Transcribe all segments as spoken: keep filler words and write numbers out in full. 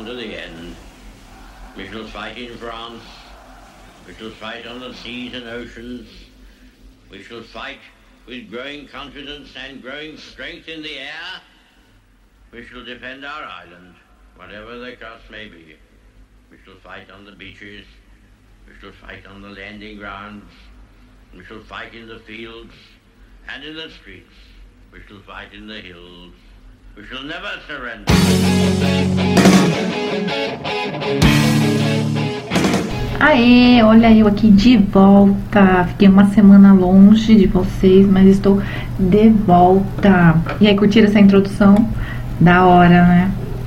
on to the end. We shall fight in France. We shall fight on the seas and oceans. We shall fight with growing confidence and growing strength in the air. We shall defend our island, whatever the cost may be. We shall fight on the beaches. We shall fight on the landing grounds. We shall fight in the fields and in the streets. We shall fight in the hills. We shall never surrender. Aê, olha eu aqui de volta. Fiquei uma semana longe de vocês, mas estou de volta. E aí, curtiram essa introdução? Da hora, né?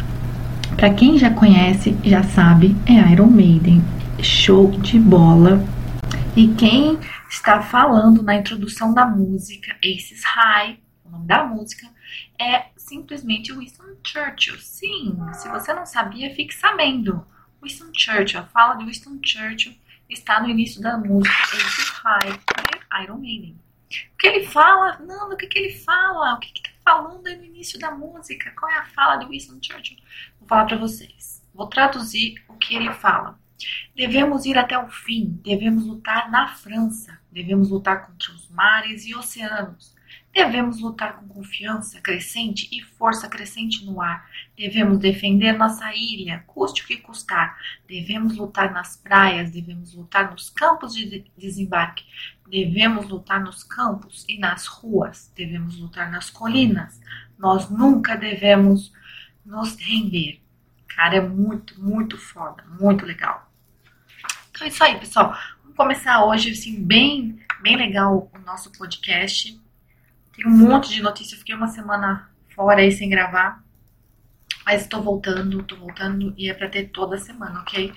Pra quem já conhece, já sabe, é Iron Maiden. Show de bola. E quem está falando na introdução da música Aces High, o nome da música, é simplesmente Winston Churchill. Sim, se você não sabia, fique sabendo. Winston Churchill, a fala de Winston Churchill está no início da música Aces High, de Iron Maiden. O que ele fala? Não, o que, que ele fala? O que que tá falando aí no início da música? Qual é a fala de Winston Churchill? Vou falar para vocês. Vou traduzir o que ele fala. Devemos ir até o fim, devemos lutar na França, devemos lutar contra os mares e oceanos. Devemos lutar com confiança crescente e força crescente no ar. Devemos defender nossa ilha, custe o que custar. Devemos lutar nas praias, devemos lutar nos campos de desembarque. Devemos lutar nos campos e nas ruas. Devemos lutar nas colinas. Nós nunca devemos nos render. Cara, é muito, muito foda, muito legal. Então é isso aí, pessoal. Vamos começar hoje, assim, bem, bem legal o nosso podcast. Tem um monte de notícias, fiquei uma semana fora aí sem gravar, mas estou voltando, estou voltando e é para ter toda semana, ok?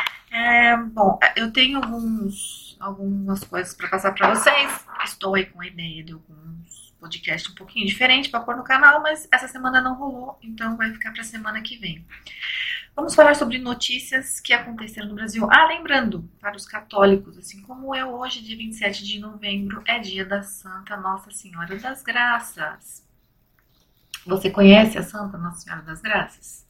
É, bom, eu tenho alguns, algumas coisas para passar para vocês, estou aí com a ideia de alguns podcasts um pouquinho diferentes para pôr no canal, mas essa semana não rolou, então vai ficar para a semana que vem. Vamos falar sobre notícias que aconteceram no Brasil. Ah, lembrando, para os católicos, assim como eu, hoje, dia vinte e sete de novembro, é dia da Santa Nossa Senhora das Graças. Você conhece a Santa Nossa Senhora das Graças?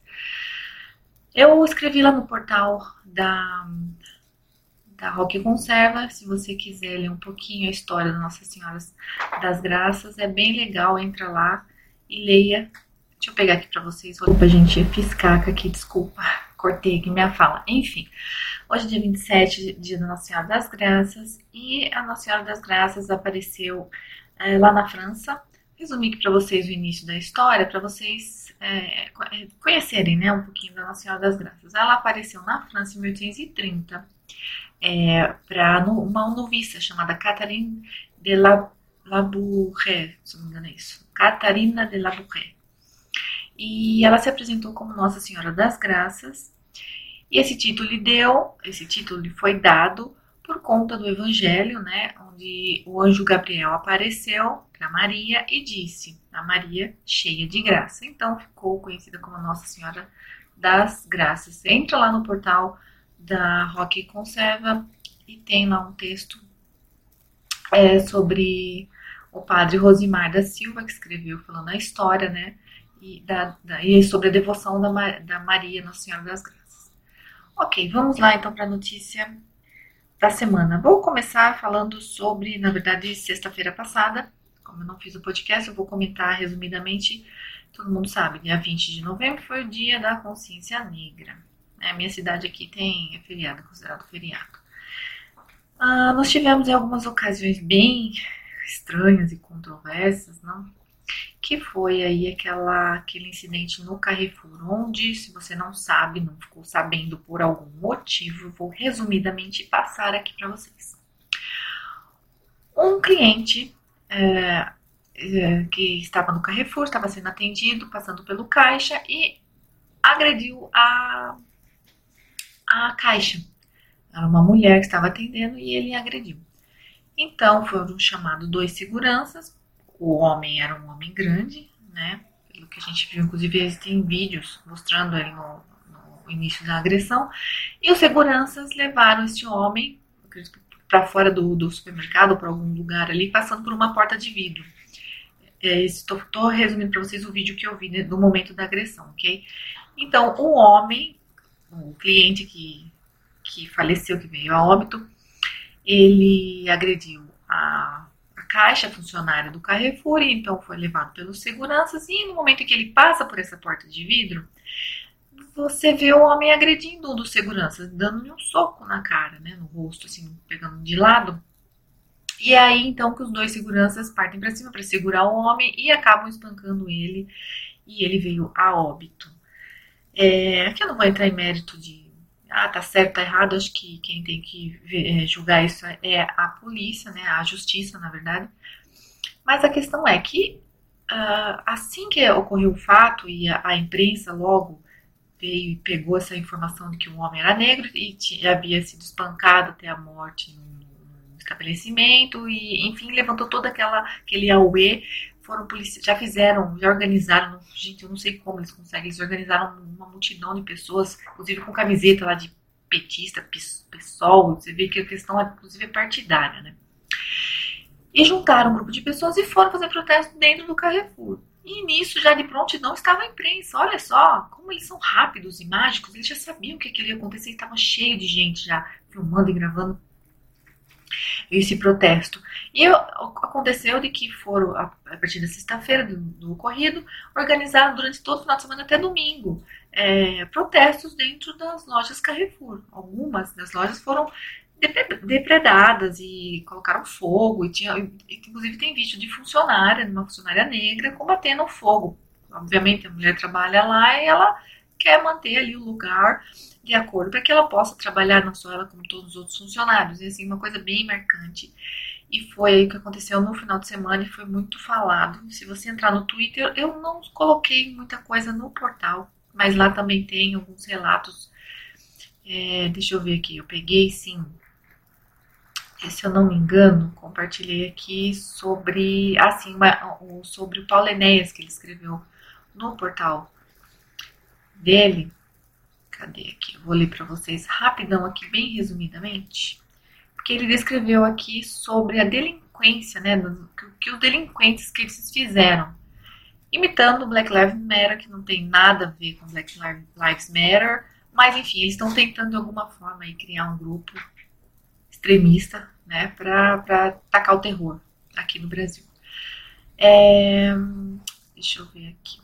Eu escrevi lá no portal da, da Rock Conserva. Se você quiser ler um pouquinho a história da Nossa Senhora das Graças, é bem legal, entra lá e leia. Deixa eu pegar aqui pra vocês. Desculpa, gente, fiscaca aqui, desculpa. Cortei aqui minha fala. Enfim, hoje é dia vinte e sete, dia da Nossa Senhora das Graças. E a Nossa Senhora das Graças apareceu é, lá na França. Resumi aqui pra vocês o início da história, pra vocês é, conhecerem, né, um pouquinho da Nossa Senhora das Graças. Ela apareceu na França em mil oitocentos e trinta é, pra uma noviça chamada Catherine de Labouré, se não me engano é isso. Catarina de Labouré. E ela se apresentou como Nossa Senhora das Graças. E esse título lhe deu, esse título lhe foi dado por conta do Evangelho, né, onde o anjo Gabriel apareceu para Maria e disse: a Maria cheia de graça. Então ficou conhecida como Nossa Senhora das Graças. Entra lá no portal da Rock Conserva e tem lá um texto é, sobre o padre Rosimar da Silva, que escreveu falando a história, né, E, da, da, e sobre a devoção da, da Maria Nossa Senhora das Graças. Ok, vamos lá então para a notícia da semana. Vou começar falando sobre, na verdade, sexta-feira passada. Como eu não fiz o podcast, eu vou comentar resumidamente. Todo mundo sabe, dia vinte de novembro foi o dia da consciência negra. É, a minha cidade aqui tem é feriado, é considerado feriado. Ah, nós tivemos em algumas ocasiões bem estranhas e controversas, não? Que foi aí aquela, aquele incidente no Carrefour, onde, se você não sabe, não ficou sabendo por algum motivo, vou resumidamente passar aqui para vocês. Um cliente é, é, que estava no Carrefour, estava sendo atendido, passando pelo caixa e agrediu a, a caixa. Era uma mulher que estava atendendo e ele agrediu. Então, foram chamados dois seguranças. O homem era um homem grande, né? Pelo que a gente viu, inclusive, existem vídeos mostrando ele no, no início da agressão. E os seguranças levaram este homem para fora do, do supermercado, para algum lugar ali, passando por uma porta de vidro. Estou é, resumindo para vocês o vídeo que eu vi, né, no momento da agressão, ok? Então, o homem o cliente que, que faleceu, que veio a óbito, ele agrediu a, a caixa funcionária do Carrefour, e então foi levado pelos seguranças, e no momento em que ele passa por essa porta de vidro, você vê o homem agredindo um dos seguranças, dando-lhe um soco na cara, né, no rosto, assim, pegando de lado. E é aí, então, que os dois seguranças partem para cima para segurar o homem e acabam espancando ele, e ele veio a óbito. É, aqui eu não vou entrar em mérito de, ah, tá certo, tá errado, acho que quem tem que ver, é, julgar isso é a polícia, né, a justiça, na verdade. Mas a questão é que, uh, assim que ocorreu o fato, e a, a imprensa logo veio e pegou essa informação de que o homem era negro e tinha, havia sido espancado até a morte no estabelecimento, e enfim, levantou todo aquela, aquele auê. Foram policiais, já fizeram, já organizaram, gente, eu não sei como eles conseguem, eles organizaram uma multidão de pessoas, inclusive com camiseta lá de petista, PSOL, você vê que a questão é, inclusive, é partidária, né? E juntaram um grupo de pessoas e foram fazer protesto dentro do Carrefour. E nisso, já de prontidão, estava a imprensa. Olha só, como eles são rápidos e mágicos, eles já sabiam que aquilo ia acontecer, estava cheio de gente já filmando e gravando esse protesto. E aconteceu de que foram, a partir da sexta-feira do, do ocorrido, organizaram durante todo o final de semana até domingo é, protestos dentro das lojas Carrefour. Algumas das lojas foram depredadas e colocaram fogo, e tinha, inclusive tem vídeo de funcionária, de uma funcionária negra combatendo o fogo. Obviamente a mulher trabalha lá e ela quer manter ali o lugar de acordo para que ela possa trabalhar, não só ela como todos os outros funcionários. E assim, uma coisa bem marcante. E foi aí o que aconteceu no final de semana e foi muito falado. Se você entrar no Twitter, eu não coloquei muita coisa no portal, mas lá também tem alguns relatos. É, deixa eu ver aqui, eu peguei sim, se eu não me engano, compartilhei aqui sobre, assim, uma, sobre o Paulo Enéas, que ele escreveu no portal dele. Cadê aqui? Eu vou ler para vocês rapidão aqui, bem resumidamente, porque ele descreveu aqui sobre a delinquência, né, do, que os delinquentes que eles fizeram, imitando o Black Lives Matter, que não tem nada a ver com Black Lives Matter, mas enfim, eles estão tentando de alguma forma aí criar um grupo extremista, né, para tacar o terror aqui no Brasil. É, deixa eu ver aqui.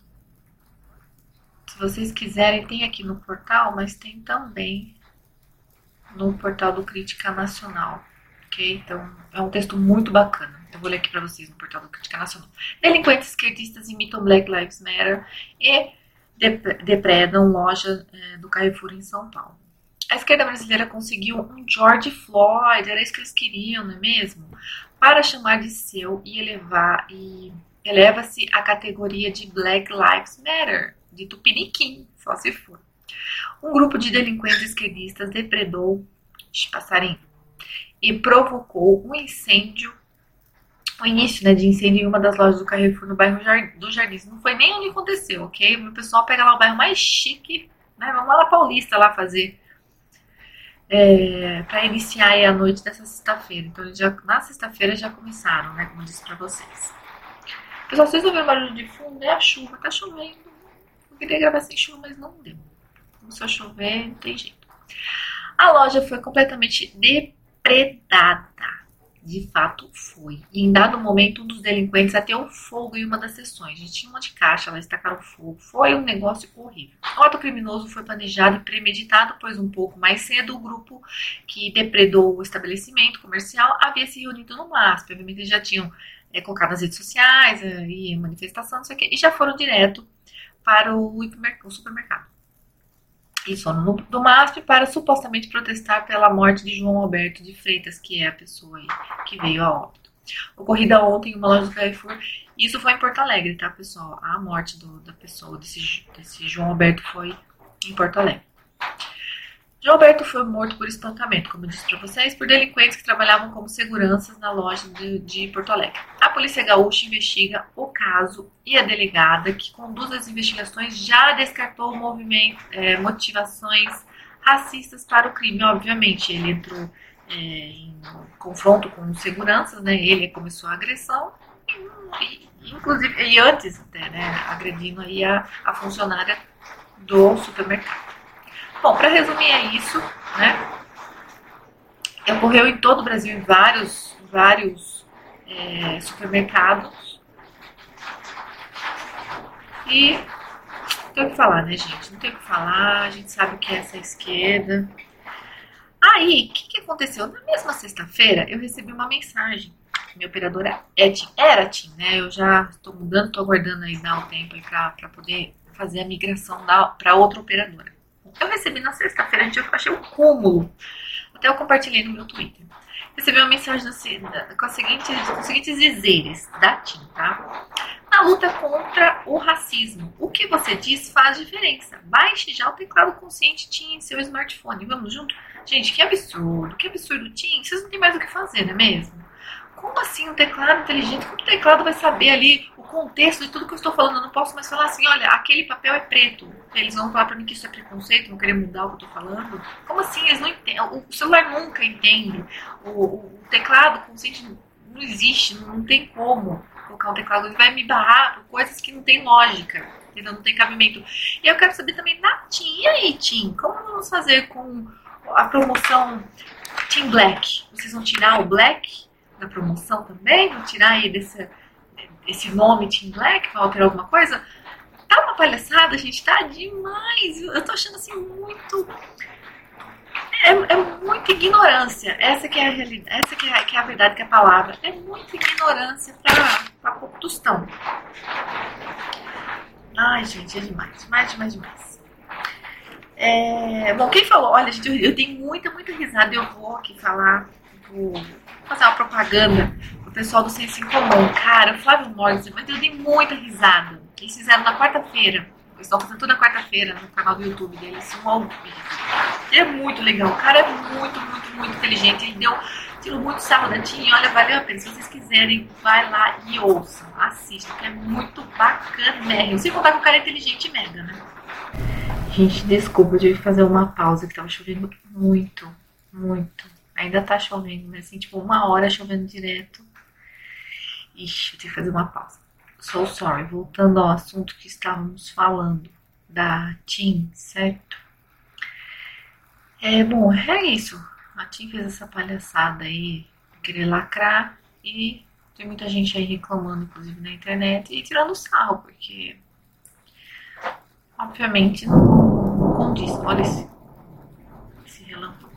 Se vocês quiserem, tem aqui no portal, mas tem também no portal do Crítica Nacional, ok? Então, é um texto muito bacana. Eu vou ler aqui para vocês no portal do Crítica Nacional. Delinquentes esquerdistas imitam Black Lives Matter e depredam loja é, do Carrefour em São Paulo. A esquerda brasileira conseguiu um George Floyd, era isso que eles queriam, não é mesmo? Para chamar de seu e elevar e eleva-se à categoria de Black Lives Matter, de tupiniquim, só se for. Um grupo de delinquentes esquerdistas depredou, deixa passarinho, e provocou um incêndio, o início, né, de incêndio em uma das lojas do Carrefour no bairro do Jardins. Não foi nem onde aconteceu, ok? O pessoal pega lá o bairro mais chique, né? Vamos lá na Paulista lá fazer, é, para iniciar aí a noite dessa sexta-feira. Então, já, na sexta-feira já começaram, né, como eu disse para vocês. Pessoal, vocês ouviram barulho de fundo? É a chuva, tá chovendo. Eu queria gravar sem chuva, mas não deu. Começou a chover, não tem jeito. A loja foi completamente depredada. De fato foi. E em dado momento, um dos delinquentes ateu fogo em uma das sessões. A gente tinha uma de caixa, lá estacaram fogo. Foi um negócio horrível. O ato criminoso foi planejado e premeditado, pois um pouco mais cedo o grupo que depredou o estabelecimento comercial havia se reunido no MASP. Obviamente eles já tinham é, colocado nas redes sociais é, e manifestação, não sei o quê, e já foram direto para o, o supermercado. Eles foram no, do MASP para supostamente protestar pela morte de João Alberto de Freitas, que é a pessoa aí que veio a óbito. Ocorrida ontem em uma loja do Carrefour. Isso foi em Porto Alegre, tá, pessoal? A morte do, da pessoa, desse, desse João Alberto, foi em Porto Alegre. João Alberto foi morto por espancamento, como eu disse para vocês, por delinquentes que trabalhavam como seguranças na loja de, de Porto Alegre. A polícia gaúcha investiga o caso e a delegada que conduz as investigações já descartou o movimento, é, motivações racistas para o crime. Obviamente, ele entrou é, em confronto com os seguranças, né? Ele começou a agressão, e, inclusive, e antes até, né, agredindo aí a, a funcionária do supermercado. Bom, para resumir é isso, né? Ocorreu em todo o Brasil, em vários, vários é, supermercados. E não tem o que falar, né, gente? Não tem o que falar, a gente sabe o que é essa esquerda. Aí, o que, que aconteceu? Na mesma sexta-feira, eu recebi uma mensagem. Minha operadora é TIM, era TIM, né? Eu já estou mudando, estou aguardando aí dar o tempo aí para poder fazer a migração para outra operadora. Eu recebi na sexta-feira, gente, eu achei um cúmulo. Até eu compartilhei no meu Twitter. Recebi uma mensagem assim, com, a seguinte, com os seguintes dizeres da TIM, tá? Na luta contra o racismo, o que você diz faz diferença. Baixe já o teclado consciente TIM em seu smartphone. Vamos junto? Gente, que absurdo, que absurdo, TIM. Vocês não têm mais o que fazer, não é mesmo? Como assim um teclado inteligente? Como o teclado vai saber ali o contexto de tudo que eu estou falando? Eu não posso mais falar assim, olha, aquele papel é preto. Eles vão falar pra mim que isso é preconceito, vão querer mudar o que eu tô falando. Como assim? Eles não entendem. O celular nunca entende. O, o teclado consciente não existe, não tem como colocar um teclado. Ele vai me barrar por coisas que não tem lógica, entendeu? Não tem cabimento. E eu quero saber também da TIM. E aí, TIM? Como vamos fazer com a promoção TIM Black? Vocês vão tirar o Black da promoção também? Vão tirar aí desse, esse nome TIM Black? Vai alterar alguma coisa? Tá uma palhaçada, gente, tá demais. Eu tô achando assim muito... É, é muita ignorância. Essa que é a realidade, essa que é, que é a verdade, que é a palavra. É muita ignorância pra, pra pouco tostão. Ai, gente, é demais. Demais, demais, demais. É, bom, quem falou? Olha, gente, eu, eu dei muita, muita risada. Eu vou aqui falar, vou fazer uma propaganda pro pessoal do Senso em Comum. Cara, o Flávio Morgan, mas eu dei muita risada. Eles fizeram na quarta-feira. Eles estão fazendo tudo na quarta-feira no canal do YouTube deles. Um ao vivo. Ele é muito legal. O cara é muito, muito, muito inteligente. Ele deu, tirou muito sarro da TIM. Olha, valeu a pena. Se vocês quiserem, vai lá e ouçam. Assistam, que é muito bacana mesmo. Sem contar que o cara é inteligente mega, né? Gente, desculpa, eu tive que fazer uma pausa, que tava chovendo muito, muito. Ainda tá chovendo, mas assim, tipo, uma hora chovendo direto. Ixi, eu tive que fazer uma pausa. So sorry, voltando ao assunto que estávamos falando da TIM, certo? É, bom, é isso. A TIM fez essa palhaçada aí, querer lacrar, e tem muita gente aí reclamando, inclusive na internet, e tirando sarro, porque obviamente não, não condiz. Olha esse, esse relâmpago.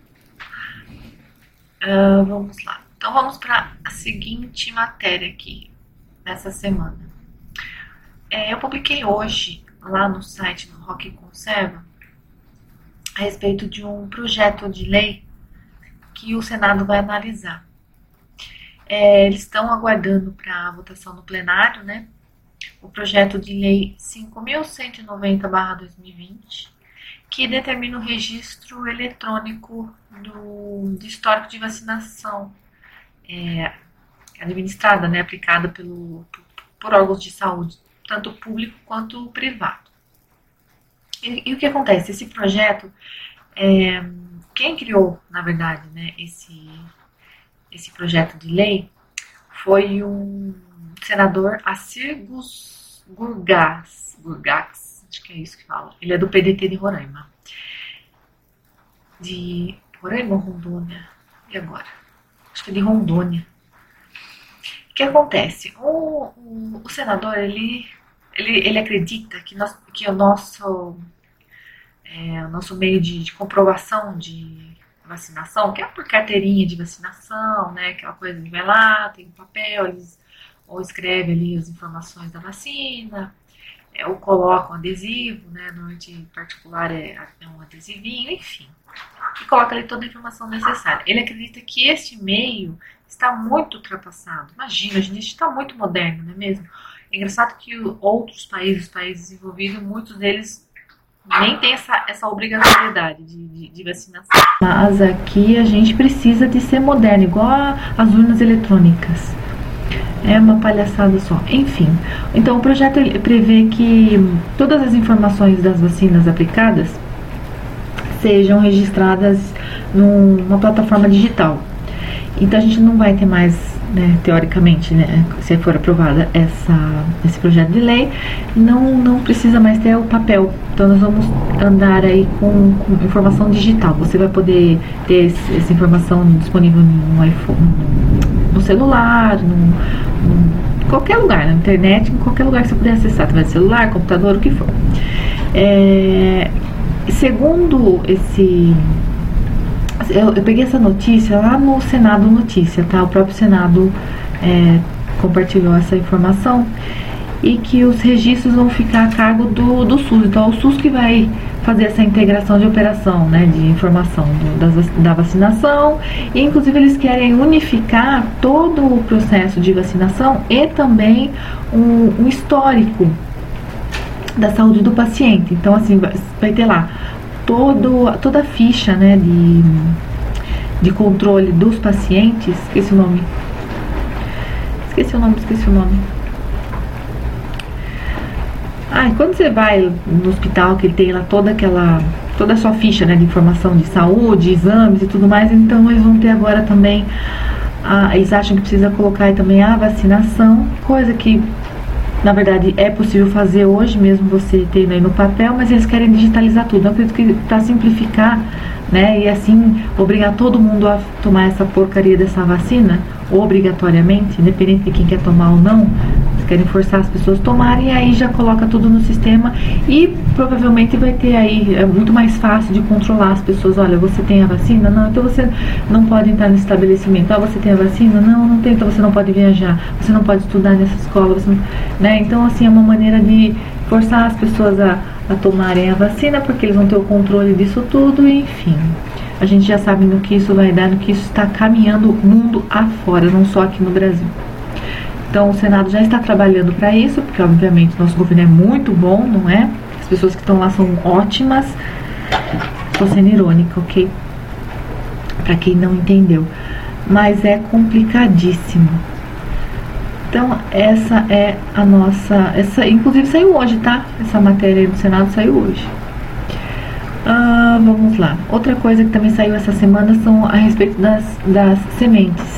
Uh, vamos lá. Então vamos para a seguinte matéria aqui. Nessa semana. É, eu publiquei hoje, lá no site do Rock Conserva, a respeito de um projeto de lei que o Senado vai analisar. É, eles estão aguardando para votação no plenário, né? O projeto de lei cinco mil cento e noventa barra dois mil e vinte, que determina o registro eletrônico do, do histórico de vacinação. É, administrada, né, aplicada pelo, por, por órgãos de saúde, tanto público quanto privado. E, e o que acontece? Esse projeto, é, quem criou, na verdade, né, esse, esse projeto de lei foi um senador, Assir Gurgás, Gurgás, acho que é isso que fala. Ele é do P D T de Roraima. De Roraima ou Rondônia? E agora? Acho que é de Rondônia. O que acontece? O, o, o senador, ele, ele, ele acredita que, nós, que o, nosso, é, o nosso meio de, de comprovação de vacinação, que é por carteirinha de vacinação, né, aquela coisa que vai lá, tem um papel, eles, ou escreve ali as informações da vacina, é, ou coloca um adesivo, né, no em particular é, é um adesivinho, enfim, e coloca ali toda a informação necessária. Ele acredita que este meio está muito ultrapassado. Imagina, a gente está muito moderno, não é mesmo? É engraçado que outros países, os países desenvolvidos, muitos deles nem têm essa, essa obrigatoriedade de, de, de vacinação. Mas aqui a gente precisa de ser moderno, igual as urnas eletrônicas. É uma palhaçada só. Enfim, então o projeto prevê que todas as informações das vacinas aplicadas sejam registradas numa plataforma digital. Então a gente não vai ter mais né, teoricamente, né, se for aprovada essa, esse projeto de lei, não, não precisa mais ter o papel. Então nós vamos andar aí com, com informação digital. Você vai poder ter esse, essa informação disponível no iPhone, no celular, no, no qualquer lugar, na internet, em qualquer lugar que você puder acessar, através do celular, computador, o que for. É, segundo esse... Eu, eu peguei essa notícia lá no Senado Notícia, tá? O próprio Senado é, compartilhou essa informação, e que os registros vão ficar a cargo do, do SUS. Então, é o SUS que vai fazer essa integração de operação, né, de informação do, das, da vacinação, e inclusive eles querem unificar todo o processo de vacinação e também um, um histórico da saúde do paciente. Então, assim, vai, vai ter lá todo, toda a ficha, né, de, de controle dos pacientes. Esqueci o nome. Esqueci o nome, esqueci o nome. Ah, quando você vai no hospital, que ele tem lá toda aquela, toda a sua ficha, né, de informação de saúde, exames e tudo mais, então eles vão ter agora também, a, eles acham que precisa colocar aí também a vacinação, coisa que na verdade é possível fazer hoje, mesmo você tendo aí no papel, mas eles querem digitalizar tudo. Eu acredito que para simplificar, né, e assim obrigar todo mundo a tomar essa porcaria dessa vacina, obrigatoriamente, independente de quem quer tomar ou não, eles querem forçar as pessoas a tomarem, e aí já coloca tudo no sistema, e provavelmente vai ter aí, é muito mais fácil de controlar as pessoas. Olha, você tem a vacina? Não, então você não pode entrar no estabelecimento. Ah, você tem a vacina? Não, não tem, então você não pode viajar, você não pode estudar nessa escola, você não, né? Então, assim, é uma maneira de forçar as pessoas a, a tomarem a vacina, porque eles vão ter o controle disso tudo, e, enfim. A gente já sabe no que isso vai dar, no que isso está caminhando o mundo afora, não só aqui no Brasil. Então, o Senado já está trabalhando para isso, porque, obviamente, nosso governo é muito bom, não é? As pessoas que estão lá são ótimas. Estou sendo irônica, ok? Para quem não entendeu. Mas é complicadíssimo. Então, essa é a nossa... Essa, inclusive, saiu hoje, tá? Essa matéria aí do Senado saiu hoje. Ah, vamos lá. Outra coisa que também saiu essa semana são a respeito das, das sementes.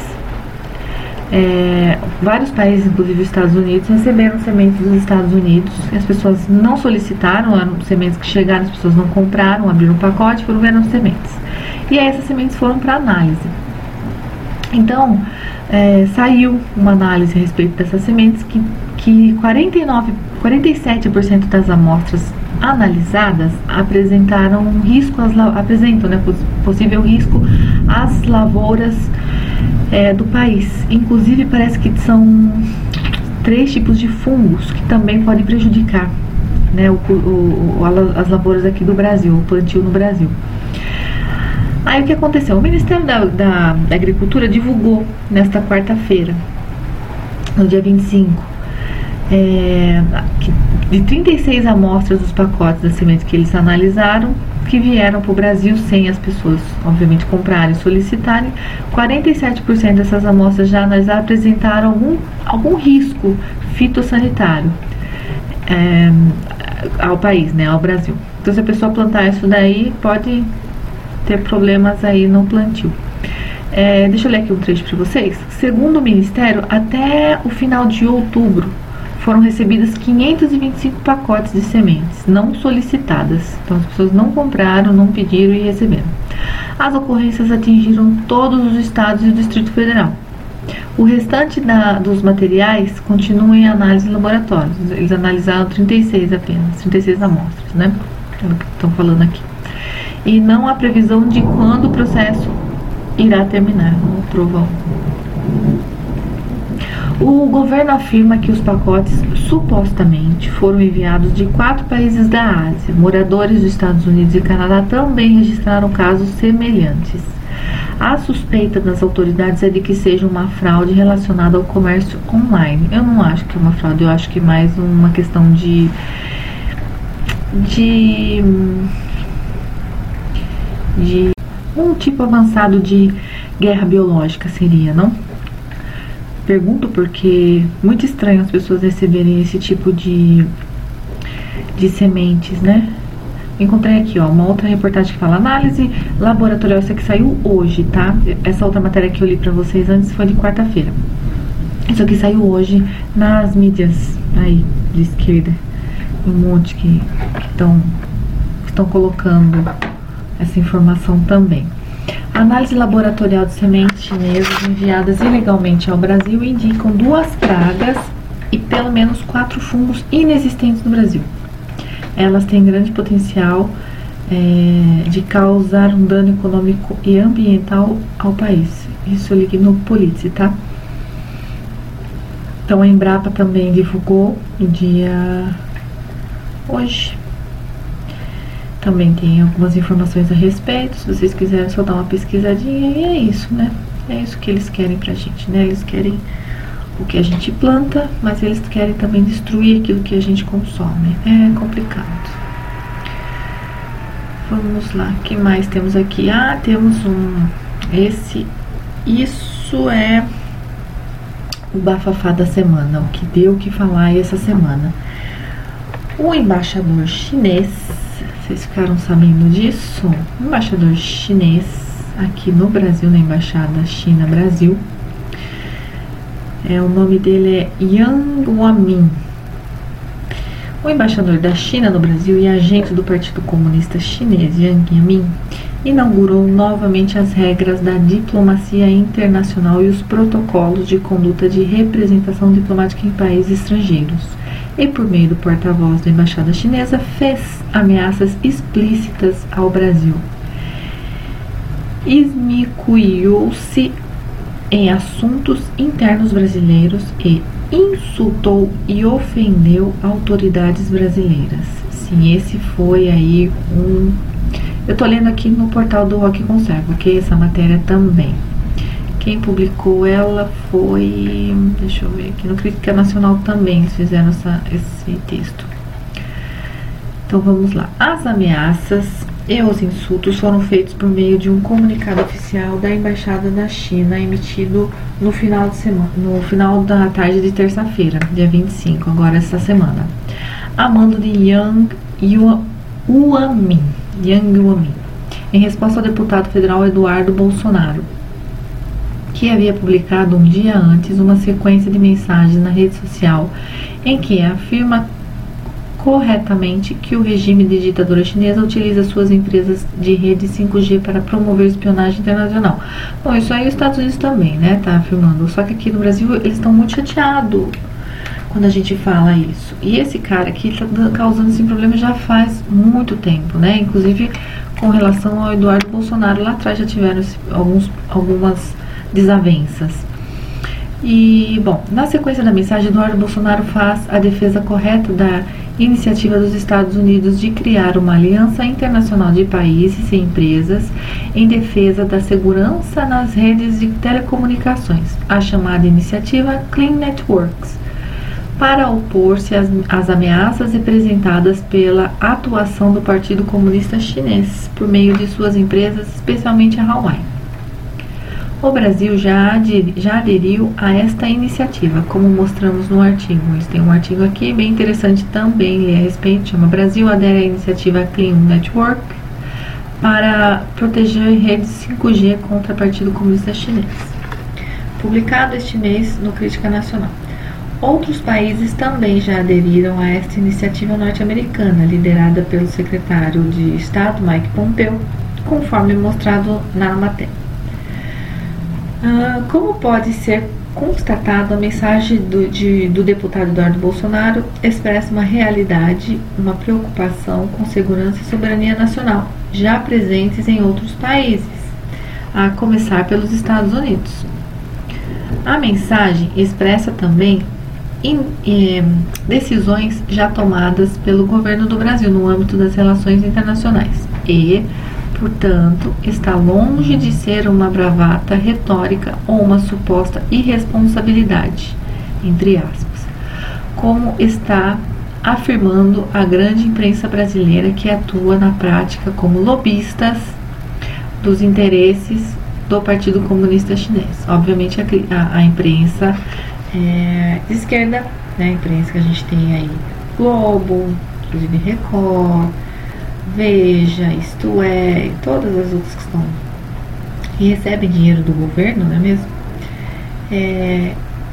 É, vários países, inclusive os Estados Unidos, receberam sementes dos Estados Unidos. As pessoas não solicitaram, eram sementes que chegaram, as pessoas não compraram, abriram um pacote, foram ver as sementes. E aí essas sementes foram para análise. Então, é, saiu uma análise a respeito dessas sementes que, que quarenta e nove, quarenta e sete por cento das amostras analisadas apresentaram risco, às, apresentam, né, possível risco às lavouras é, do país. Inclusive, parece que são três tipos de fungos que também podem prejudicar, né, o, o, o, as lavouras aqui do Brasil, o plantio no Brasil. Aí o que aconteceu? O Ministério da, da, da Agricultura divulgou nesta quarta-feira, no dia vinte e cinco, é, que de trinta e seis amostras dos pacotes das sementes que eles analisaram, que vieram para o Brasil sem as pessoas, obviamente, comprarem e solicitarem, quarenta e sete por cento dessas amostras já analisadas apresentaram algum, algum risco fitossanitário é, ao país, né, ao Brasil. Então, se a pessoa plantar isso daí, pode ter problemas aí no plantio. É, deixa eu ler aqui um trecho para vocês. Segundo o Ministério, até o final de outubro, foram recebidas quinhentos e vinte e cinco pacotes de sementes não solicitadas. Então, as pessoas não compraram, não pediram e receberam. As ocorrências atingiram todos os estados e o Distrito Federal. O restante da, dos materiais continua em análise em laboratórios. Eles analisaram trinta e seis apenas, trinta e seis amostras, né? É o que estão falando aqui. E não há previsão de quando o processo irá terminar. O trovão. O governo afirma que os pacotes supostamente foram enviados de quatro países da Ásia. Moradores dos Estados Unidos e Canadá também registraram casos semelhantes. A suspeita das autoridades é de que seja uma fraude relacionada ao comércio online. Eu não acho que é uma fraude, eu acho que é mais uma questão de... de... de um tipo avançado de guerra biológica seria, não? Pergunto porque é muito estranho as pessoas receberem esse tipo de, de sementes, né? Encontrei aqui, ó, uma outra reportagem que fala análise laboratorial, essa que saiu hoje, tá? Essa outra matéria que eu li pra vocês antes foi de quarta-feira. Isso aqui saiu hoje nas mídias aí de esquerda, um monte que estão estão colocando essa informação também. A análise laboratorial de sementes chinesas enviadas ilegalmente ao Brasil indicam duas pragas e pelo menos quatro fungos inexistentes no Brasil. Elas têm grande potencial é, de causar um dano econômico e ambiental ao país. Isso eu li no Politse, tá? Então a Embrapa também divulgou no dia hoje. Também tem algumas informações a respeito, se vocês quiserem só dar uma pesquisadinha, e é isso, né? É isso que eles querem pra gente, né? Eles querem o que a gente planta, mas eles querem também destruir aquilo que a gente consome. É complicado. Vamos lá, o que mais temos aqui? Ah, temos um... Esse... Isso é o bafafá da semana, o que deu o que falar essa semana. O embaixador chinês, vocês ficaram sabendo disso? O embaixador chinês aqui no Brasil, na Embaixada China-Brasil, é, o nome dele é Yang Guomin. O embaixador da China no Brasil e agente do Partido Comunista Chinês, Yang Guomin, inaugurou novamente as regras da diplomacia internacional e os protocolos de conduta de representação diplomática em países estrangeiros. E por meio do porta-voz da Embaixada Chinesa, fez ameaças explícitas ao Brasil. Esmicuiu-se em assuntos internos brasileiros e insultou e ofendeu autoridades brasileiras. Sim, esse foi aí um... Eu tô lendo aqui no portal do Rock Conserva, ok? Essa matéria também. Quem publicou ela foi... Deixa eu ver aqui, no Crítica Nacional também eles fizeram essa, esse texto. Então vamos lá. As ameaças e os insultos foram feitos por meio de um comunicado oficial da Embaixada da China, emitido no final de semana, no final da tarde de terça-feira, dia vinte e cinco, agora essa semana, a mando de Yang Guomin, Yang Guomin, em resposta ao deputado federal Eduardo Bolsonaro, que havia publicado um dia antes uma sequência de mensagens na rede social em que afirma corretamente que o regime de ditadura chinesa utiliza suas empresas de rede cinco G para promover espionagem internacional. Bom, isso aí os Estados Unidos também, né, tá afirmando. Só que aqui no Brasil eles estão muito chateados quando a gente fala isso. E esse cara aqui está causando esse problema já faz muito tempo, né? Inclusive com relação ao Eduardo Bolsonaro, lá atrás já tiveram alguns, algumas desavenças. E, bom, na sequência da mensagem, Eduardo Bolsonaro faz a defesa correta da iniciativa dos Estados Unidos de criar uma aliança internacional de países e empresas em defesa da segurança nas redes de telecomunicações, a chamada iniciativa Clean Networks, para opor-se às, às ameaças representadas pela atuação do Partido Comunista Chinês por meio de suas empresas, especialmente a Huawei. O Brasil já, adir, já aderiu a esta iniciativa, como mostramos no artigo. Eles têm um artigo aqui bem interessante também, lê a respeito, chama Brasil adere à iniciativa Clean Network para proteger redes cinco G contra o Partido Comunista Chinês. Publicado este mês no Crítica Nacional. Outros países também já aderiram a esta iniciativa norte-americana, liderada pelo secretário de Estado Mike Pompeo, conforme mostrado na matéria. Uh, como pode ser constatado, a mensagem do, de, do deputado Eduardo Bolsonaro expressa uma realidade, uma preocupação com segurança e soberania nacional, já presentes em outros países, a começar pelos Estados Unidos. A mensagem expressa também em, em, decisões já tomadas pelo governo do Brasil no âmbito das relações internacionais e, portanto, está longe de ser uma bravata retórica ou uma suposta irresponsabilidade, entre aspas, como está afirmando a grande imprensa brasileira que atua na prática como lobistas dos interesses do Partido Comunista Chinês. Obviamente a, a, a imprensa é, de esquerda, né, a imprensa que a gente tem aí, Globo, inclusive Record, Veja, Isto É, e todas as outras que estão e recebem dinheiro do governo, não é mesmo? É,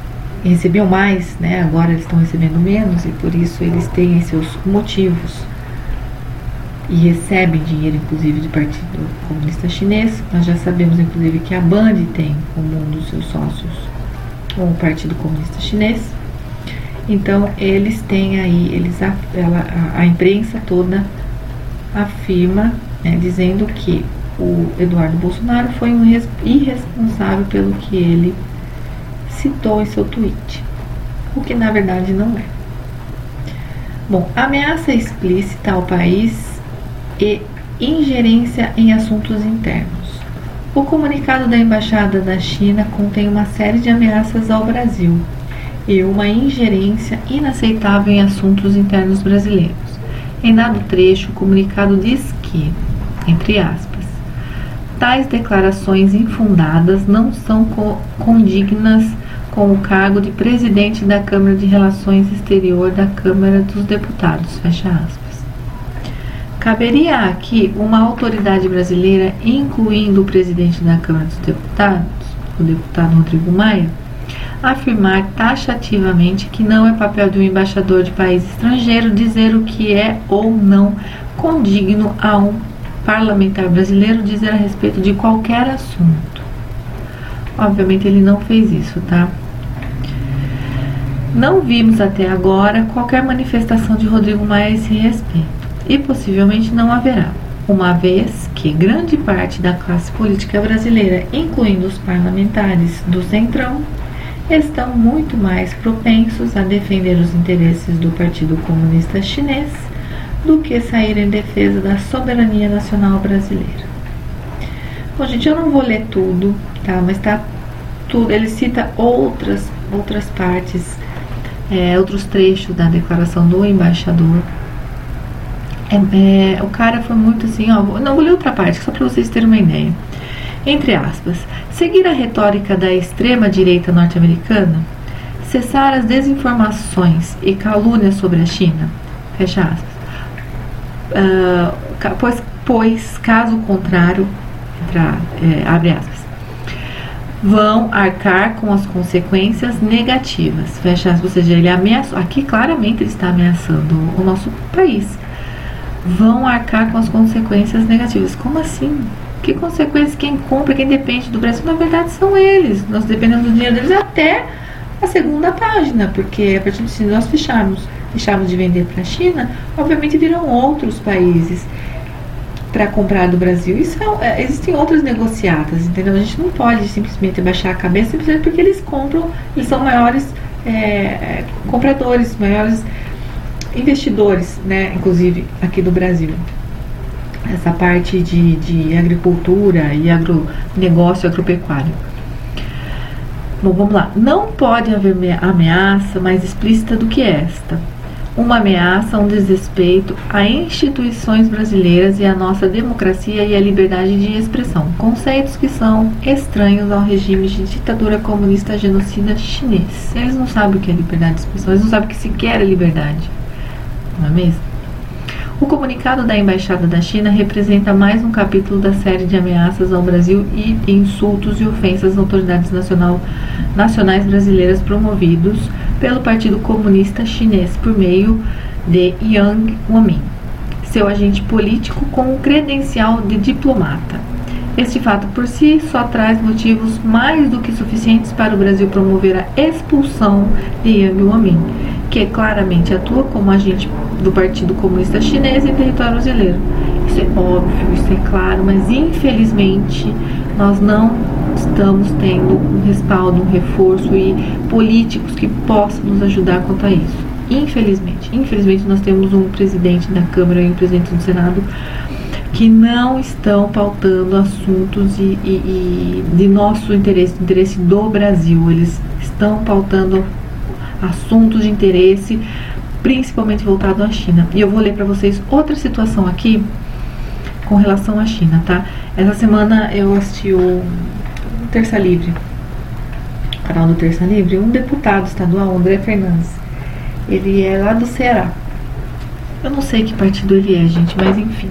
recebiam mais, né? Agora eles estão recebendo menos e por isso eles têm seus motivos e recebem dinheiro, inclusive, do Partido Comunista Chinês. Nós já sabemos, inclusive, que a Band tem como um dos seus sócios o Partido Comunista Chinês. Então, eles têm aí, eles, ela, a, a imprensa toda afirma, né, dizendo que o Eduardo Bolsonaro foi um irresponsável pelo que ele citou em seu tweet, o que na verdade não é. Bom, ameaça explícita ao país e ingerência em assuntos internos. O comunicado da Embaixada da China contém uma série de ameaças ao Brasil e uma ingerência inaceitável em assuntos internos brasileiros. Em dado trecho, o comunicado diz que, entre aspas, tais declarações infundadas não são co- condignas com o cargo de presidente da Câmara de Relações Exterior da Câmara dos Deputados, fecha aspas. Caberia aqui uma autoridade brasileira, incluindo o presidente da Câmara dos Deputados, o deputado Rodrigo Maia, afirmar taxativamente que não é papel de um embaixador de país estrangeiro dizer o que é ou não condigno a um parlamentar brasileiro dizer a respeito de qualquer assunto. Obviamente ele não fez isso, tá? Não vimos até agora qualquer manifestação de Rodrigo Maia a esse respeito e possivelmente não haverá, uma vez que grande parte da classe política brasileira, incluindo os parlamentares do Centrão, estão muito mais propensos a defender os interesses do Partido Comunista Chinês do que sair em defesa da soberania nacional brasileira. Bom, gente, eu não vou ler tudo, tá? Mas tá tudo. Ele cita outras, outras partes, é, outros trechos da declaração do embaixador. É, é, o cara foi muito assim, ó. Não, vou ler outra parte, só para vocês terem uma ideia. Entre aspas, seguir a retórica da extrema-direita norte-americana, cessar as desinformações e calúnias sobre a China, fecha aspas, uh, pois, pois caso contrário, entra, é, abre aspas, vão arcar com as consequências negativas, fecha aspas, ou seja, ele ameaçou, aqui claramente ele está ameaçando o nosso país, vão arcar com as consequências negativas. Como assim? Que consequências? Quem compra, quem depende do Brasil, na verdade são eles. Nós dependemos do dinheiro deles até a segunda página, porque a partir de se nós fecharmos, deixarmos de vender para a China, obviamente virão outros países para comprar do Brasil. Isso é, existem outras negociatas, entendeu? A gente não pode simplesmente baixar a cabeça simplesmente porque eles compram, eles são maiores é, compradores, maiores investidores, né? Inclusive aqui do Brasil. Essa parte de, de agricultura e agronegócio agropecuário. Bom, vamos lá. Não pode haver ameaça mais explícita do que esta. Uma ameaça, um desrespeito a instituições brasileiras e a nossa democracia e a liberdade de expressão. Conceitos que são estranhos ao regime de ditadura comunista genocida chinês. Eles não sabem o que é liberdade de expressão, eles não sabem o que sequer é liberdade. Não é mesmo? O comunicado da Embaixada da China representa mais um capítulo da série de ameaças ao Brasil e insultos e ofensas às autoridades nacional, nacionais brasileiras promovidos pelo Partido Comunista Chinês por meio de Yang Guomin, seu agente político com credencial de diplomata. Este fato por si só traz motivos mais do que suficientes para o Brasil promover a expulsão de Yang Guomin, que claramente atua como agente do Partido Comunista Chinês em território brasileiro. Isso é óbvio, isso é claro, mas infelizmente nós não estamos tendo um respaldo, um reforço e políticos que possam nos ajudar quanto a isso. Infelizmente, infelizmente nós temos um presidente da Câmara e um presidente do Senado que não estão pautando assuntos e, e, e de nosso interesse, do interesse do Brasil. Eles estão pautando assuntos de interesse, principalmente voltado à China. E eu vou ler para vocês outra situação aqui com relação à China, tá? Essa semana eu assisti o Terça Livre, o canal do Terça Livre, um deputado estadual, André Fernandes. Ele é lá do Ceará. Eu não sei que partido ele é, gente, mas enfim.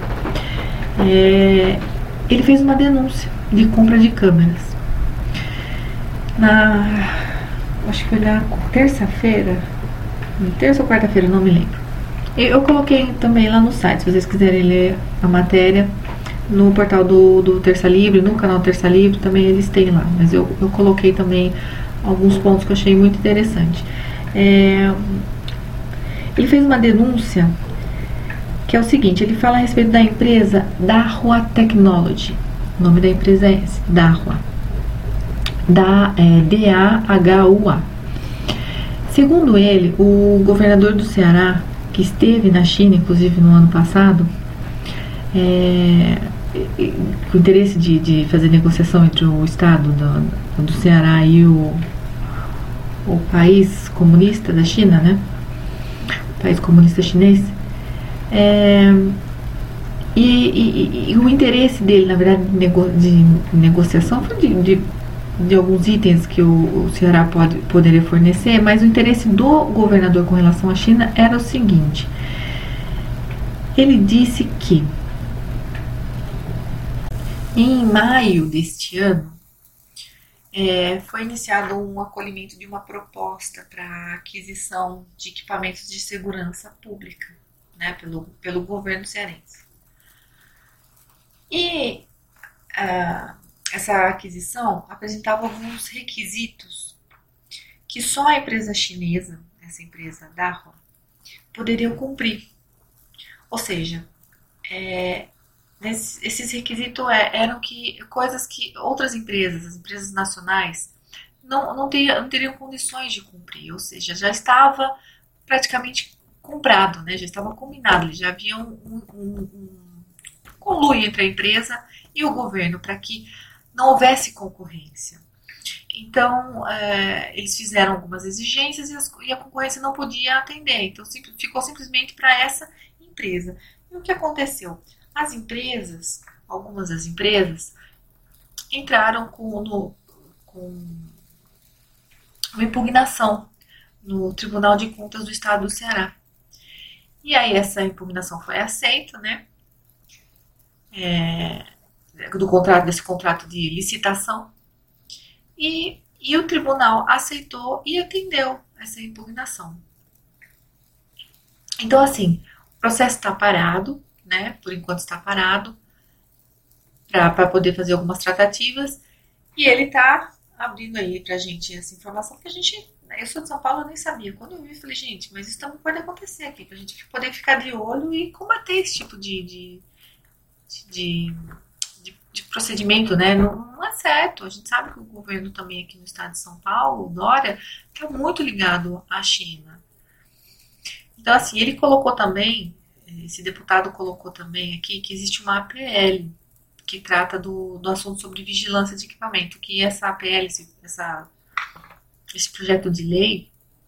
É, ele fez uma denúncia de compra de câmeras. Na... acho que foi na terça-feira, terça ou quarta-feira, não me lembro. Eu coloquei também lá no site, se vocês quiserem ler a matéria, no portal do, do Terça Livre, no canal Terça Livre, também eles têm lá. Mas eu, eu coloquei também alguns pontos que eu achei muito interessante. É, ele fez uma denúncia, que é o seguinte, ele fala a respeito da empresa Dahua Technology. O nome da empresa é esse, Dahua. Da, é, D A H U A. Segundo ele, o governador do Ceará, que esteve na China, inclusive no ano passado, é, com interesse de, de fazer negociação entre o estado do, do Ceará e o, o país comunista da China, né? O país comunista chinês. É, e, e, e o interesse dele, na verdade, de, nego, de negociação foi de, de, de alguns itens que o, o Ceará pode, poderia fornecer, mas o interesse do governador com relação à China era o seguinte: ele disse que em maio deste ano é, foi iniciado um acolhimento de uma proposta para aquisição de equipamentos de segurança pública, né, pelo, pelo governo cearense. E uh, essa aquisição apresentava alguns requisitos que só a empresa chinesa, essa empresa Dahua, poderia cumprir. Ou seja, é, esses requisitos eram que, coisas que outras empresas, as empresas nacionais, não, não, teria, não teriam condições de cumprir. Ou seja, já estava praticamente comprado, né? Já estava combinado, já havia um, um, um, um conluio entre a empresa e o governo para que não houvesse concorrência. Então, é, eles fizeram algumas exigências e, as, e a concorrência não podia atender. Então, sim, ficou simplesmente para essa empresa. E o que aconteceu? As empresas, algumas das empresas, entraram com, no, com uma impugnação no Tribunal de Contas do Estado do Ceará. E aí essa impugnação foi aceita, né? É, do contrato, desse contrato de licitação. E, e o tribunal aceitou e atendeu essa impugnação. Então, assim, o processo está parado, né? Por enquanto está parado, para poder fazer algumas tratativas, e ele está abrindo aí pra gente essa informação, porque a gente, eu sou de São Paulo, eu nem sabia. Quando eu vi, eu falei, gente, mas isso também pode acontecer aqui, pra gente poder ficar de olho e combater esse tipo de, de, de, de, de procedimento, né? Não, não é certo. A gente sabe que o governo também aqui no estado de São Paulo, o Dória, está muito ligado à China. Então, assim, ele colocou também, esse deputado colocou também aqui, que existe uma A P L que trata do, do assunto sobre vigilância de equipamento, que essa A P L, esse, essa, esse projeto de lei,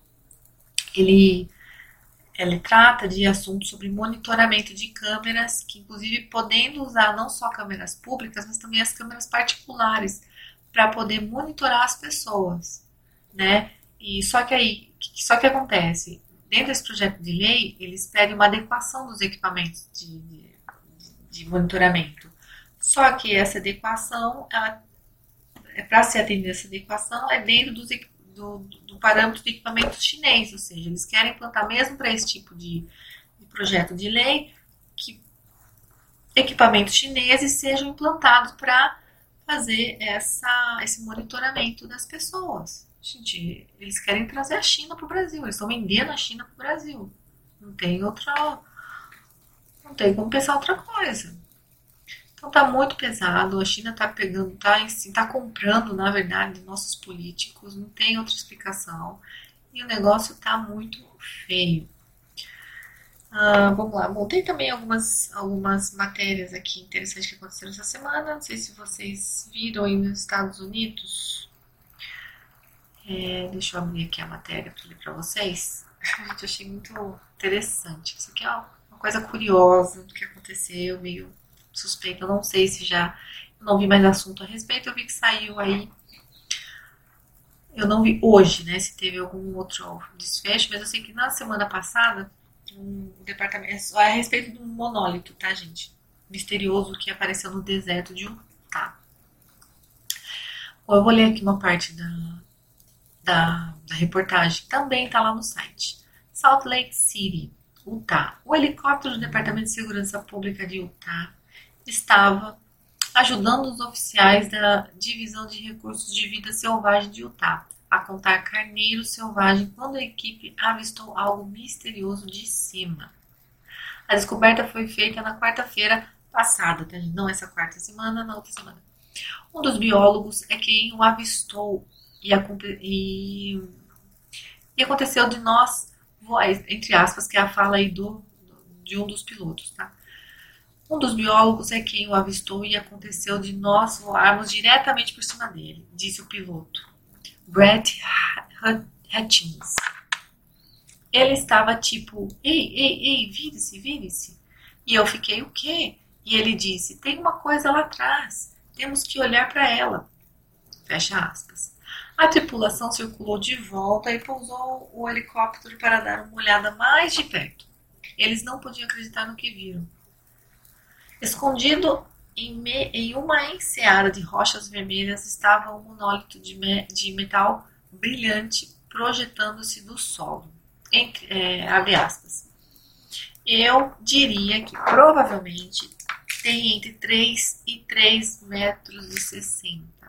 ele, ele trata de assuntos sobre monitoramento de câmeras, que inclusive podendo usar não só câmeras públicas, mas também as câmeras particulares, para poder monitorar as pessoas, né? E só que aí, só que acontece, dentro desse projeto de lei, eles pedem uma adequação dos equipamentos de, de, de monitoramento. Só que essa adequação, ela, é para se atender essa adequação, é dentro dos, do, do parâmetro de equipamento chinês, ou seja, eles querem implantar mesmo para esse tipo de, de projeto de lei que equipamentos chineses sejam implantados para fazer essa, esse monitoramento das pessoas. Gente, eles querem trazer a China para o Brasil, eles estão vendendo a China para o Brasil. Não tem outra, não tem como pensar outra coisa. Então tá muito pesado, a China tá pegando, tá, assim, tá comprando, na verdade, nossos políticos, não tem outra explicação. E o negócio tá muito feio. Ah, vamos lá, bom, tem também algumas, algumas matérias aqui interessantes que aconteceram essa semana. Não sei se vocês viram aí nos Estados Unidos. É, deixa eu abrir aqui a matéria para ler para vocês. Gente, eu achei muito interessante. Isso aqui é uma coisa curiosa do que aconteceu, meio suspeito, eu não sei se já, eu não vi mais assunto a respeito, eu vi que saiu aí, eu não vi hoje, né, se teve algum outro desfecho, mas eu sei que na semana passada, um departamento, é a respeito de um monólito, tá, gente, misterioso que apareceu no deserto de Utah. Bom, eu vou ler aqui uma parte da, da, da reportagem, também está lá no site. Salt Lake City, Utah. O helicóptero do Departamento de Segurança Pública de Utah estava ajudando os oficiais da Divisão de Recursos de Vida Selvagem de Utah a contar carneiros selvagens quando a equipe avistou algo misterioso de cima. A descoberta foi feita na quarta-feira passada, tá? Não essa quarta semana, na outra semana. Um dos biólogos é quem o avistou e, e, e aconteceu de nós, entre aspas, que é a fala aí do, de um dos pilotos, tá? Um dos biólogos é quem o avistou e aconteceu de nós voarmos diretamente por cima dele, disse o piloto, Brett Hutchins. Ele estava tipo, ei, ei, ei, vire-se, vire-se. E eu fiquei, o quê? E ele disse, tem uma coisa lá atrás, temos que olhar para ela. Fecha aspas. A tripulação circulou de volta e pousou o helicóptero para dar uma olhada mais de perto. Eles não podiam acreditar no que viram. Escondido em, me, em uma enseada de rochas vermelhas estava um monólito de, me, de metal brilhante projetando-se do solo. Entre, é, abre aspas. Eu diria que provavelmente tem entre três e três metros e sessenta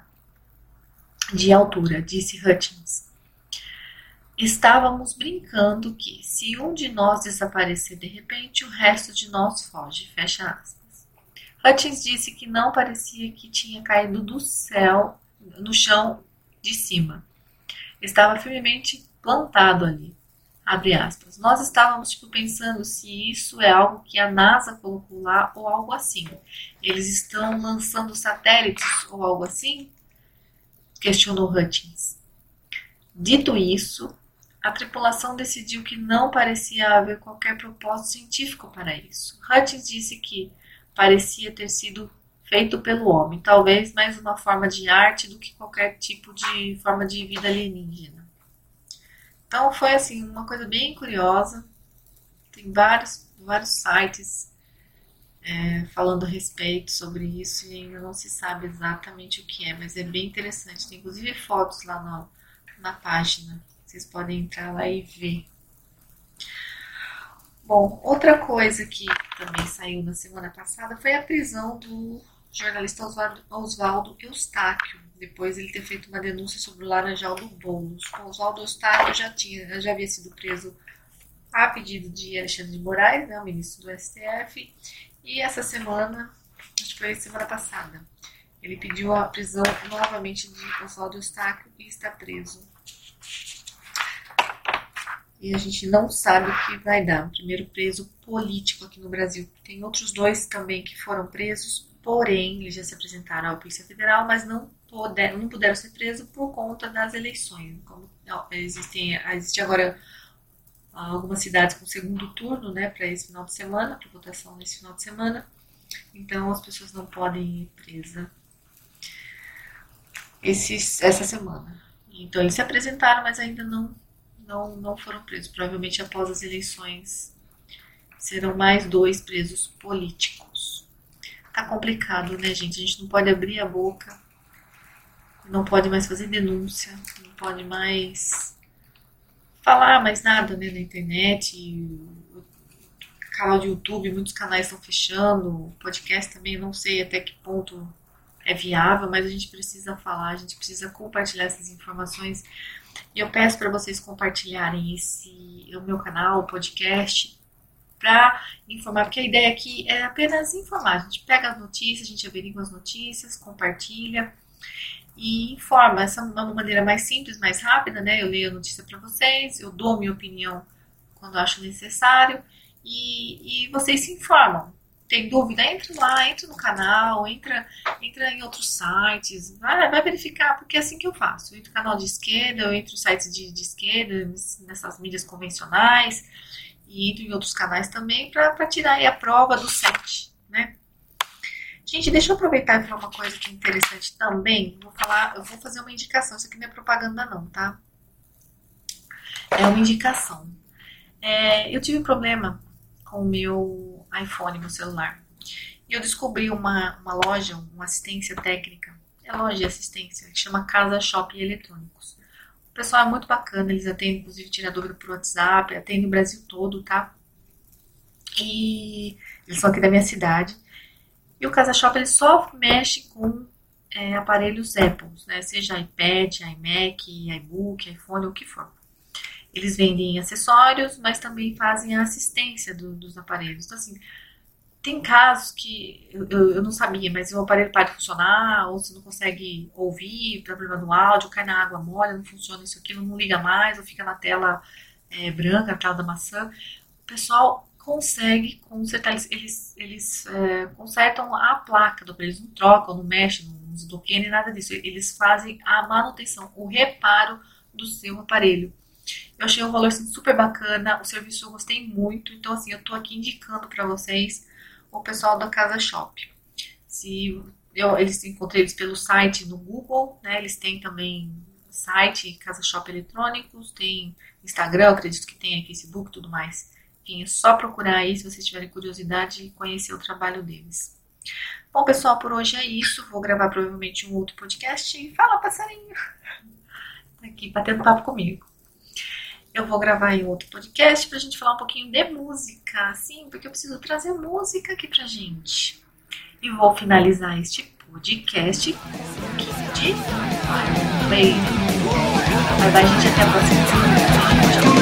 de altura, disse Hutchins. Estávamos brincando que, se um de nós desaparecer de repente, o resto de nós foge. Fecha aspas. Hutchins disse que não parecia que tinha caído do céu, no chão de cima. Estava firmemente plantado ali. Abre aspas. Nós estávamos tipo, pensando se isso é algo que a NASA colocou lá ou algo assim. Eles estão lançando satélites ou algo assim? Questionou Hutchins. Dito isso, a tripulação decidiu que não parecia haver qualquer propósito científico para isso. Hutchins disse que parecia ter sido feito pelo homem, talvez mais uma forma de arte do que qualquer tipo de forma de vida alienígena. Então foi assim, uma coisa bem curiosa. Tem vários, vários sites é, falando a respeito sobre isso e ainda não se sabe exatamente o que é, mas é bem interessante. Tem inclusive fotos lá na, na página. Vocês podem entrar lá e ver. Bom, outra coisa que também saiu na semana passada foi a prisão do jornalista Oswaldo Eustáquio, depois de ele ter feito uma denúncia sobre o Laranjal do Boulos. O Oswaldo Eustáquio já, tinha, já havia sido preso a pedido de Alexandre de Moraes, né, o ministro do S T F, e essa semana, acho que foi semana passada, ele pediu a prisão novamente de Oswaldo Eustáquio e está preso. E a gente não sabe o que vai dar. O primeiro preso político aqui no Brasil. Tem outros dois também que foram presos, porém, eles já se apresentaram à Polícia Federal, mas não puderam, não puderam ser presos por conta das eleições. Como, não, existem, existe agora algumas cidades com segundo turno, né, para esse final de semana, para votação nesse final de semana. Então, as pessoas não podem ir presas esses, essa semana. Então, eles se apresentaram, mas ainda não Não, não foram presos. Provavelmente após as eleições serão mais dois presos políticos. Tá complicado, né, gente? A gente não pode abrir a boca, não pode mais fazer denúncia, não pode mais falar mais nada, né, na internet. Canal de YouTube, muitos canais estão fechando, podcast também, não sei até que ponto é viável, mas a gente precisa falar, a gente precisa compartilhar essas informações. E eu peço para vocês compartilharem esse, o meu canal, o podcast, para informar, porque a ideia aqui é apenas informar. A gente pega as notícias, a gente averigua as notícias, compartilha e informa. Essa é uma maneira mais simples, mais rápida, né? Eu leio a notícia para vocês, eu dou minha opinião quando acho necessário e, e vocês se informam. Tem dúvida? Entra lá, entra no canal, entra, entra em outros sites, vai, vai verificar, porque é assim que eu faço. Eu entro no canal de esquerda, eu entro em sites de, de esquerda, nessas mídias convencionais, e entro em outros canais também para tirar aí a prova do sete, né? Gente, deixa eu aproveitar e falar uma coisa que é interessante também. Vou falar, eu vou fazer uma indicação, isso aqui não é propaganda não, tá? É uma indicação. É, eu tive um problema com o meu iPhone, meu celular. E eu descobri uma, uma loja, uma assistência técnica, é loja de assistência, que chama Casa Shop Eletrônicos. pessoal é muito bacana, eles atendem, inclusive, tirar dúvida por WhatsApp, atendem o Brasil todo, tá? E eles são aqui da minha cidade. E o Casa Shop, ele só mexe com é, aparelhos Apple, né? Seja iPad, iMac, iBook, iPhone, o que for. Eles vendem acessórios, mas também fazem a assistência do, dos aparelhos. Então, assim, tem casos que eu, eu, eu não sabia, mas o aparelho para de funcionar, ou você não consegue ouvir, problema no áudio, cai na água, molha, não funciona isso, aquilo, não liga mais, ou fica na tela é, branca, na tela da maçã. O pessoal consegue consertar, eles, eles, eles é, consertam a placa do aparelho, eles não trocam, não mexem, não desbloqueiam, nem nada disso. Eles fazem a manutenção, o reparo do seu aparelho. Eu achei um valor assim, super bacana, o serviço eu gostei muito, então assim, eu tô aqui indicando para vocês o pessoal da Casa Shop. Se eu, eles encontrei eles pelo site no Google, né? Eles têm também site Casa Shop Eletrônicos, tem Instagram, eu acredito que tem aqui, Facebook, tudo mais. Enfim, é só procurar aí se vocês tiverem curiosidade e conhecer o trabalho deles. Bom, pessoal, por hoje é isso. Vou gravar provavelmente um outro podcast e fala, passarinho, tá aqui batendo papo comigo. Eu vou gravar em outro podcast pra gente falar um pouquinho de música, sim, porque eu preciso trazer música aqui pra gente. E vou finalizar este podcast com um pouquinho de Iron Maiden. Bye bye, gente, até a próxima semana.